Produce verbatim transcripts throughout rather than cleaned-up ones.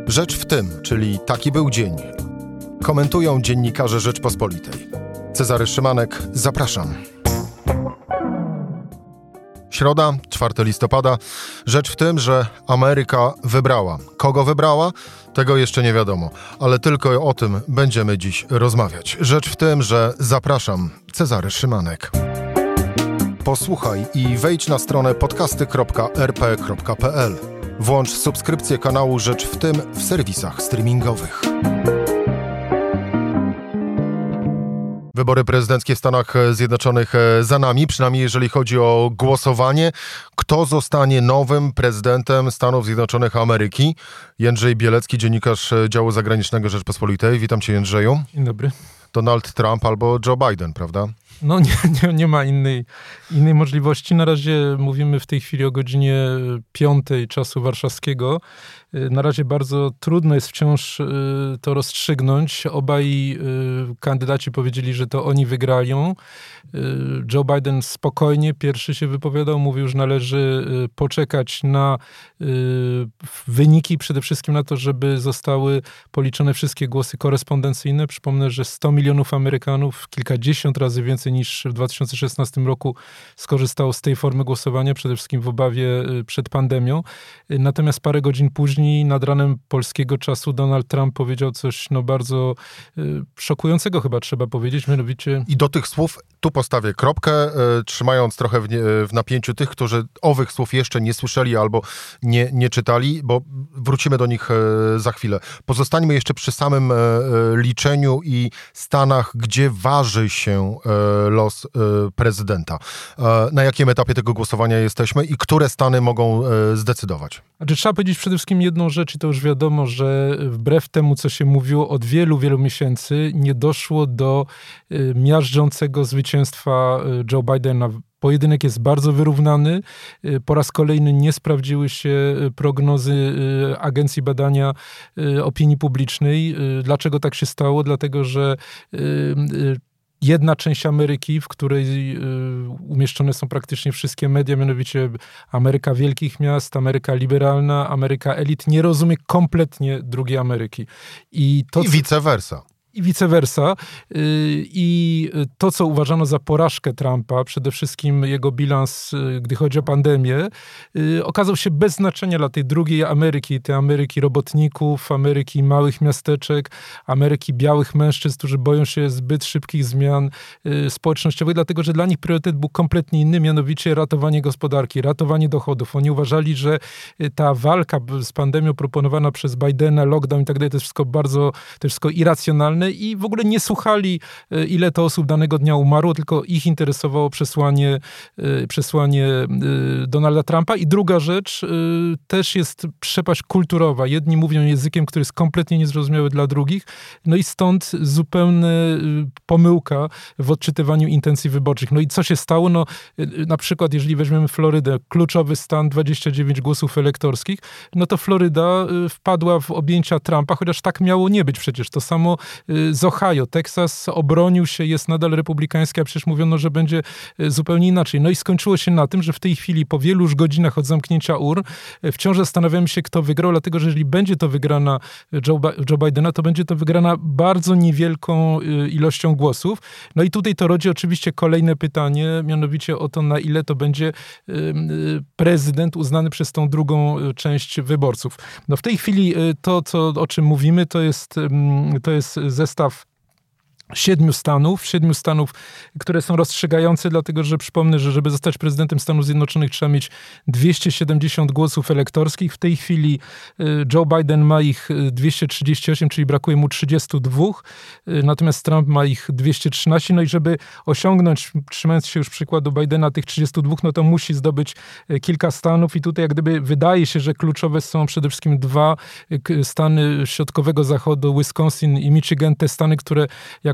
Rzecz w tym, czyli taki był dzień. Komentują dziennikarze Rzeczpospolitej. Cezary Szymanek, zapraszam. Środa, czwartego listopada. Rzecz w tym, że Ameryka wybrała. Kogo wybrała? Tego jeszcze nie wiadomo, ale tylko o tym będziemy dziś rozmawiać. Rzecz w tym, że zapraszam, Cezary Szymanek. Posłuchaj i wejdź na stronę podcasty kropka er pe kropka pe el. Włącz subskrypcję kanału Rzecz w tym w serwisach streamingowych. Wybory prezydenckie w Stanach Zjednoczonych za nami, przynajmniej jeżeli chodzi o głosowanie. Kto zostanie nowym prezydentem Stanów Zjednoczonych Ameryki? Jędrzej Bielecki, dziennikarz działu zagranicznego Rzeczpospolitej. Witam cię, Jędrzeju. Dzień dobry. Donald Trump albo Joe Biden, prawda? No nie, nie, nie ma innej, innej możliwości. Na razie mówimy w tej chwili o godzinie piątej czasu warszawskiego. Na razie bardzo trudno jest wciąż to rozstrzygnąć. Obaj kandydaci powiedzieli, że to oni wygrają. Joe Biden spokojnie pierwszy się wypowiadał, mówił, że należy poczekać na wyniki, przede wszystkim na to, żeby zostały policzone wszystkie głosy korespondencyjne. Przypomnę, że sto milionów Amerykanów, kilkadziesiąt razy więcej niż w dwa tysiące szesnastym roku skorzystało z tej formy głosowania, przede wszystkim w obawie przed pandemią. Natomiast parę godzin później, nad ranem polskiego czasu, Donald Trump powiedział coś no bardzo y, szokującego, chyba trzeba powiedzieć, mianowicie... I do tych słów tu postawię kropkę, y, trzymając trochę w, nie, w napięciu tych, którzy owych słów jeszcze nie słyszeli albo nie, nie czytali, bo wrócimy do nich y, za chwilę. Pozostańmy jeszcze przy samym y, liczeniu i stanach, gdzie waży się y, los y, prezydenta. Y, na jakim etapie tego głosowania jesteśmy i które stany mogą y, zdecydować? Znaczy, trzeba powiedzieć przede wszystkim jedną rzecz, i to już wiadomo, że wbrew temu, co się mówiło od wielu, wielu miesięcy, nie doszło do y, miażdżącego zwycięstwa y, Joe Bidena. Pojedynek jest bardzo wyrównany. Y, po raz kolejny nie sprawdziły się y, prognozy y, Agencji Badania y, Opinii Publicznej. Y, dlaczego tak się stało? Dlatego, że y, y, jedna część Ameryki, w której y, umieszczone są praktycznie wszystkie media, mianowicie Ameryka wielkich miast, Ameryka liberalna, Ameryka elit, nie rozumie kompletnie drugiej Ameryki. I, to, I vice versa. I vice versa. I to, co uważano za porażkę Trumpa, przede wszystkim jego bilans, gdy chodzi o pandemię, okazał się bez znaczenia dla tej drugiej Ameryki, tej Ameryki robotników, Ameryki małych miasteczek, Ameryki białych mężczyzn, którzy boją się zbyt szybkich zmian społecznościowych, dlatego że dla nich priorytet był kompletnie inny, mianowicie ratowanie gospodarki, ratowanie dochodów. Oni uważali, że ta walka z pandemią proponowana przez Bidena, lockdown i tak dalej, to jest wszystko bardzo, to jest wszystko irracjonalne, i w ogóle nie słuchali, ile to osób danego dnia umarło, tylko ich interesowało przesłanie, przesłanie Donalda Trumpa. I druga rzecz, też jest przepaść kulturowa. Jedni mówią językiem, który jest kompletnie niezrozumiały dla drugich, no i stąd zupełna pomyłka w odczytywaniu intencji wyborczych. No i co się stało? No, na przykład, jeżeli weźmiemy Florydę, kluczowy stan, dwadzieścia dziewięć głosów elektorskich, no to Floryda wpadła w objęcia Trumpa, chociaż tak miało nie być przecież. To samo z Ohio. Teksas obronił się, jest nadal republikański, a przecież mówiono, że będzie zupełnie inaczej. No i skończyło się na tym, że w tej chwili po wielu już godzinach od zamknięcia urn wciąż zastanawiamy się, kto wygrał, dlatego że jeżeli będzie to wygrana Joe, Joe Bidena, to będzie to wygrana bardzo niewielką ilością głosów. No i tutaj to rodzi oczywiście kolejne pytanie, mianowicie o to, na ile to będzie prezydent uznany przez tą drugą część wyborców. No w tej chwili to, co, o czym mówimy, to jest, to jest zestaw siedmiu stanów, siedmiu stanów, które są rozstrzygające, dlatego że przypomnę, że żeby zostać prezydentem Stanów Zjednoczonych trzeba mieć dwieście siedemdziesiąt głosów elektorskich. W tej chwili Joe Biden ma ich dwieście trzydzieści osiem, czyli brakuje mu trzydziestu dwóch, natomiast Trump ma ich dwieście trzynaście. No i żeby osiągnąć, trzymając się już przykładu Bidena, tych trzydziestu dwóch, no to musi zdobyć kilka stanów i tutaj jak gdyby wydaje się, że kluczowe są przede wszystkim dwa stany środkowego zachodu, Wisconsin i Michigan, te stany, które jak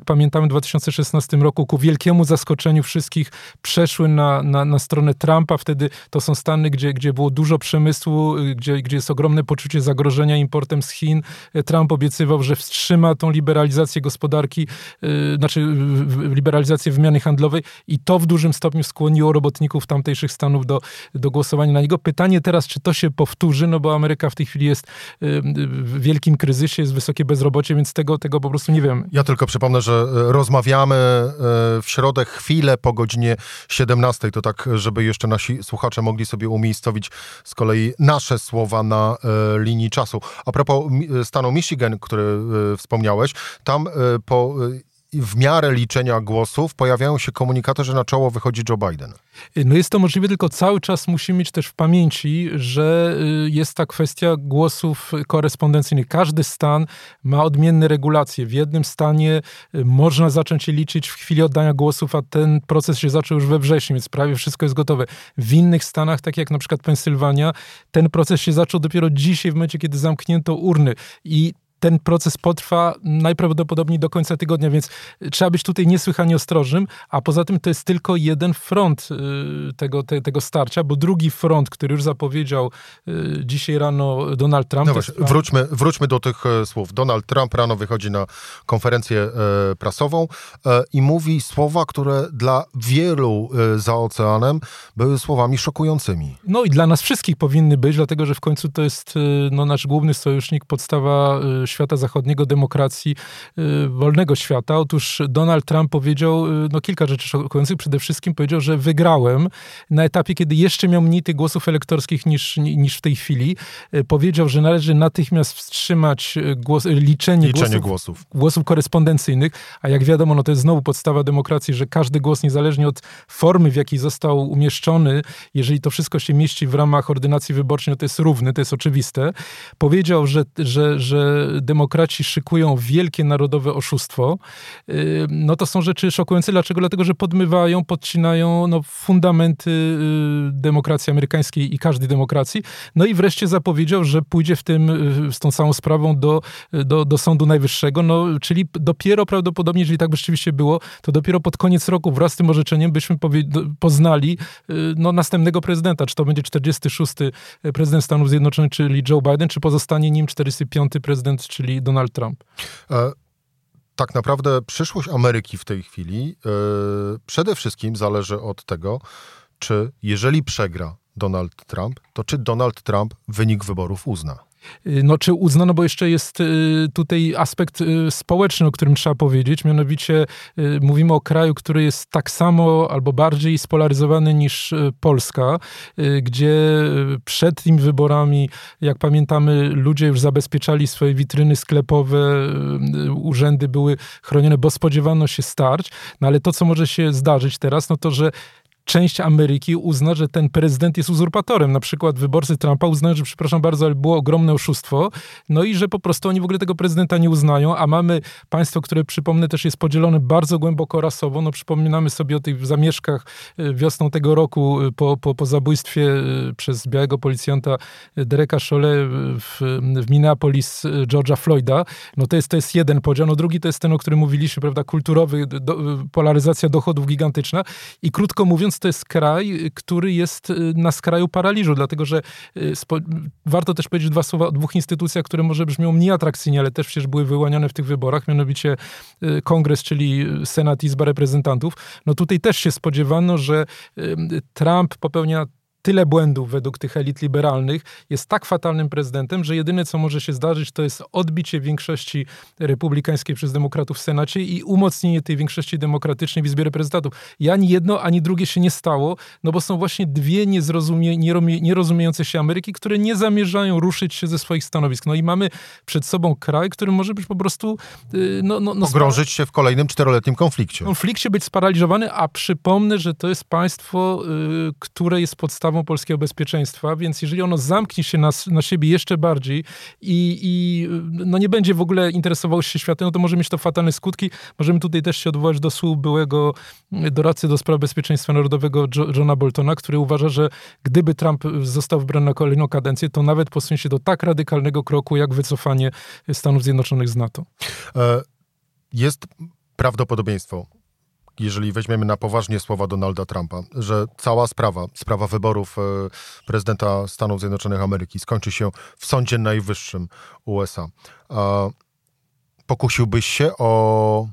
jak pamiętamy w dwa tysiące szesnastym roku ku wielkiemu zaskoczeniu wszystkich przeszły na, na, na stronę Trumpa. Wtedy to są Stany, gdzie, gdzie było dużo przemysłu, gdzie, gdzie jest ogromne poczucie zagrożenia importem z Chin. Trump obiecywał, że wstrzyma tą liberalizację gospodarki, yy, znaczy liberalizację wymiany handlowej i to w dużym stopniu skłoniło robotników tamtejszych Stanów do, do głosowania na niego. Pytanie teraz, czy to się powtórzy, no bo Ameryka w tej chwili jest yy, w wielkim kryzysie, jest wysokie bezrobocie, więc tego, tego po prostu nie wiem. Ja tylko przypomnę, że rozmawiamy w środę chwilę po godzinie siedemnastej, to tak, żeby jeszcze nasi słuchacze mogli sobie umiejscowić z kolei nasze słowa na linii czasu. A propos stanu Michigan, który wspomniałeś, tam po... w miarę liczenia głosów pojawiają się komunikaty, że na czoło wychodzi Joe Biden. No jest to możliwe, tylko cały czas musimy mieć też w pamięci, że jest ta kwestia głosów korespondencyjnych. Każdy stan ma odmienne regulacje. W jednym stanie można zacząć je liczyć w chwili oddania głosów, a ten proces się zaczął już we wrześniu, więc prawie wszystko jest gotowe. W innych stanach, tak jak na przykład Pensylwania, ten proces się zaczął dopiero dzisiaj, w momencie, kiedy zamknięto urny. I ten proces potrwa najprawdopodobniej do końca tygodnia, więc trzeba być tutaj niesłychanie ostrożnym, a poza tym to jest tylko jeden front tego, te, tego starcia, bo drugi front, który już zapowiedział dzisiaj rano Donald Trump... No właśnie, jest... wróćmy, wróćmy do tych słów. Donald Trump rano wychodzi na konferencję prasową i mówi słowa, które dla wielu za oceanem były słowami szokującymi. No i dla nas wszystkich powinny być, dlatego że w końcu to jest no, nasz główny sojusznik, podstawa świata zachodniego, demokracji, yy, wolnego świata. Otóż Donald Trump powiedział yy, no, kilka rzeczy szokujących. Przede wszystkim powiedział, że wygrałem na etapie, kiedy jeszcze miał mniej tych głosów elektorskich niż, niż w tej chwili. Yy, powiedział, że należy natychmiast wstrzymać głos, liczenie, liczenie głosów, głosów. głosów korespondencyjnych, a jak wiadomo, no, to jest znowu podstawa demokracji, że każdy głos, niezależnie od formy, w jakiej został umieszczony, jeżeli to wszystko się mieści w ramach ordynacji wyborczej, no to jest równy, to jest oczywiste. Powiedział, że, że, że demokraci szykują wielkie narodowe oszustwo. No to są rzeczy szokujące. Dlaczego? Dlatego, że podmywają, podcinają no, fundamenty demokracji amerykańskiej i każdej demokracji. No i wreszcie zapowiedział, że pójdzie w tym, z tą całą sprawą do, do, do Sądu Najwyższego, no, czyli dopiero prawdopodobnie, jeżeli tak by rzeczywiście było, to dopiero pod koniec roku wraz z tym orzeczeniem byśmy powie, poznali no, następnego prezydenta. Czy to będzie czterdziesty szósty prezydent Stanów Zjednoczonych, czyli Joe Biden, czy pozostanie nim czterdziesty piąty prezydent, czyli Donald Trump. E, tak naprawdę przyszłość Ameryki w tej chwili e, przede wszystkim zależy od tego, czy jeżeli przegra Donald Trump, to czy Donald Trump wynik wyborów uzna. No czy uznano, bo jeszcze jest tutaj aspekt społeczny, o którym trzeba powiedzieć, mianowicie mówimy o kraju, który jest tak samo albo bardziej spolaryzowany niż Polska, gdzie przed tymi wyborami, jak pamiętamy, ludzie już zabezpieczali swoje witryny sklepowe, urzędy były chronione, bo spodziewano się starć, no ale to, co może się zdarzyć teraz, no to, że część Ameryki uzna, że ten prezydent jest uzurpatorem. Na przykład wyborcy Trumpa uznają, że przepraszam bardzo, ale było ogromne oszustwo. No i że po prostu oni w ogóle tego prezydenta nie uznają, a mamy państwo, które przypomnę też jest podzielone bardzo głęboko rasowo. No przypominamy sobie o tych zamieszkach wiosną tego roku po, po, po zabójstwie przez białego policjanta Dereka Chauvin w, w Minneapolis George'a Floyda. No to jest, to jest jeden podział. No drugi to jest ten, o którym mówiliśmy, prawda, kulturowy, do, polaryzacja dochodów gigantyczna. I krótko mówiąc, to jest kraj, który jest na skraju paraliżu, dlatego że spo... warto też powiedzieć dwa słowa o dwóch instytucjach, które może brzmią mniej atrakcyjnie, ale też przecież były wyłaniane w tych wyborach, mianowicie Kongres, czyli Senat i Izba Reprezentantów. No tutaj też się spodziewano, że Trump popełnia tyle błędów według tych elit liberalnych, jest tak fatalnym prezydentem, że jedyne, co może się zdarzyć, to jest odbicie większości republikańskiej przez demokratów w Senacie i umocnienie tej większości demokratycznej w Izbie Reprezentantów. I ani jedno, ani drugie się nie stało, no bo są właśnie dwie niezrozumie, nierozumie, nierozumiejące się Ameryki, które nie zamierzają ruszyć się ze swoich stanowisk. No i mamy przed sobą kraj, który może być po prostu... No, no, no, pogrążyć się w kolejnym czteroletnim konflikcie. Konflikcie, być sparaliżowany, a przypomnę, że to jest państwo, y, które jest podstawą polskiego bezpieczeństwa, więc jeżeli ono zamknie się na, na siebie jeszcze bardziej i, i no nie będzie w ogóle interesowało się światem, no to może mieć to fatalne skutki. Możemy tutaj też się odwołać do słów byłego doradcy do spraw bezpieczeństwa narodowego Johna Boltona, który uważa, że gdyby Trump został wybrany na kolejną kadencję, to nawet posunie się do tak radykalnego kroku, jak wycofanie Stanów Zjednoczonych z NATO. Jest prawdopodobieństwo, jeżeli weźmiemy na poważnie słowa Donalda Trumpa, że cała sprawa, sprawa wyborów prezydenta Stanów Zjednoczonych Ameryki skończy się w Sądzie Najwyższym U S A. A pokusiłbyś się o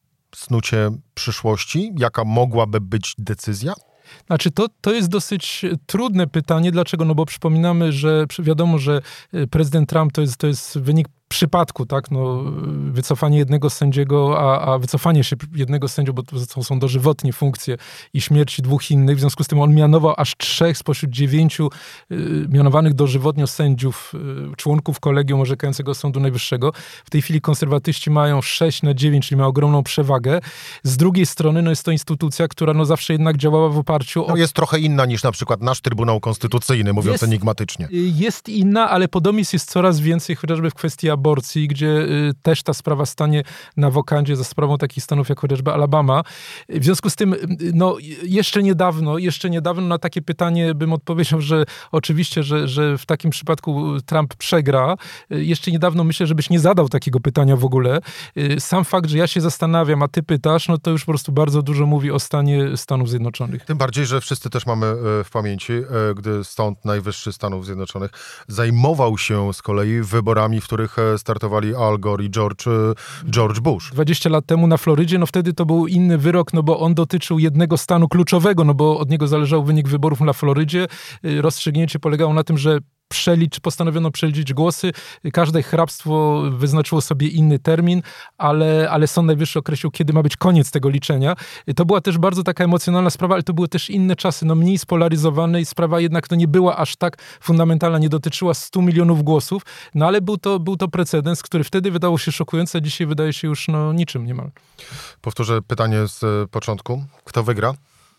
snucie przyszłości? Jaka mogłaby być decyzja? Znaczy, to, to jest dosyć trudne pytanie. Dlaczego? No bo przypominamy, że wiadomo, że prezydent Trump to jest, to jest wynik przypadku, tak, no, wycofanie jednego sędziego, a, a wycofanie się jednego sędziego, bo to są dożywotnie funkcje i śmierci dwóch innych. W związku z tym on mianował aż trzech spośród dziewięciu y, mianowanych dożywotnio sędziów, y, członków kolegium orzekającego Sądu Najwyższego. W tej chwili konserwatyści mają sześć na dziewięć, czyli mają ogromną przewagę. Z drugiej strony, no, jest to instytucja, która no, zawsze jednak działała w oparciu o... No, jest trochę inna niż na przykład nasz Trybunał Konstytucyjny, mówiąc jest, enigmatycznie. Jest inna, ale podobizn jest coraz więcej, chociażby w kwestii aborcji, gdzie y, też ta sprawa stanie na wokandzie za sprawą takich stanów jak chociażby Alabama. W związku z tym, no jeszcze niedawno, jeszcze niedawno na takie pytanie bym odpowiedział, że oczywiście, że, że w takim przypadku Trump przegra. Y, jeszcze niedawno myślę, żebyś nie zadał takiego pytania w ogóle. Y, sam fakt, że ja się zastanawiam, a ty pytasz, no to już po prostu bardzo dużo mówi o stanie Stanów Zjednoczonych. Tym bardziej, że wszyscy też mamy w pamięci, gdy Sąd Najwyższy Stanów Zjednoczonych zajmował się z kolei wyborami, w których startowali Al Gore i George, George Bush. dwadzieścia lat temu na Florydzie, no wtedy to był inny wyrok, no bo on dotyczył jednego stanu kluczowego, no bo od niego zależał wynik wyborów na Florydzie. Rozstrzygnięcie polegało na tym, że Przelicz, postanowiono przeliczyć głosy. Każde hrabstwo wyznaczyło sobie inny termin, ale, ale Sąd Najwyższy określił, kiedy ma być koniec tego liczenia. To była też bardzo taka emocjonalna sprawa, ale to były też inne czasy, no mniej spolaryzowane i sprawa jednak to nie była aż tak fundamentalna, nie dotyczyła stu milionów głosów, no ale był to, był to precedens, który wtedy wydawał się szokujący, a dzisiaj wydaje się już no, niczym niemal. Powtórzę pytanie z początku. Kto wygra?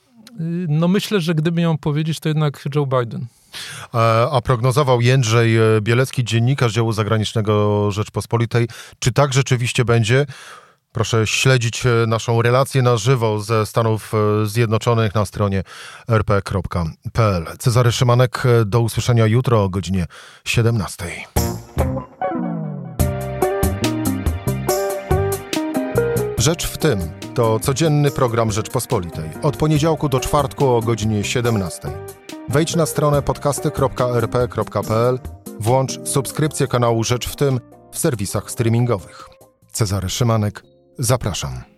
No myślę, że gdyby ją powiedzieć, to jednak Joe Biden. A prognozował Jędrzej Bielecki, dziennikarz działu zagranicznego Rzeczpospolitej. Czy tak rzeczywiście będzie? Proszę śledzić naszą relację na żywo ze Stanów Zjednoczonych na stronie er pe kropka pe el. Cezary Szymanek, do usłyszenia jutro o godzinie siedemnastej. Rzecz w tym to codzienny program Rzeczpospolitej. Od poniedziałku do czwartku o godzinie siedemnastej. Wejdź na stronę podcasty kropka er pe kropka pe el, włącz subskrypcję kanału Rzecz w tym w serwisach streamingowych. Cezary Szymanek, zapraszam.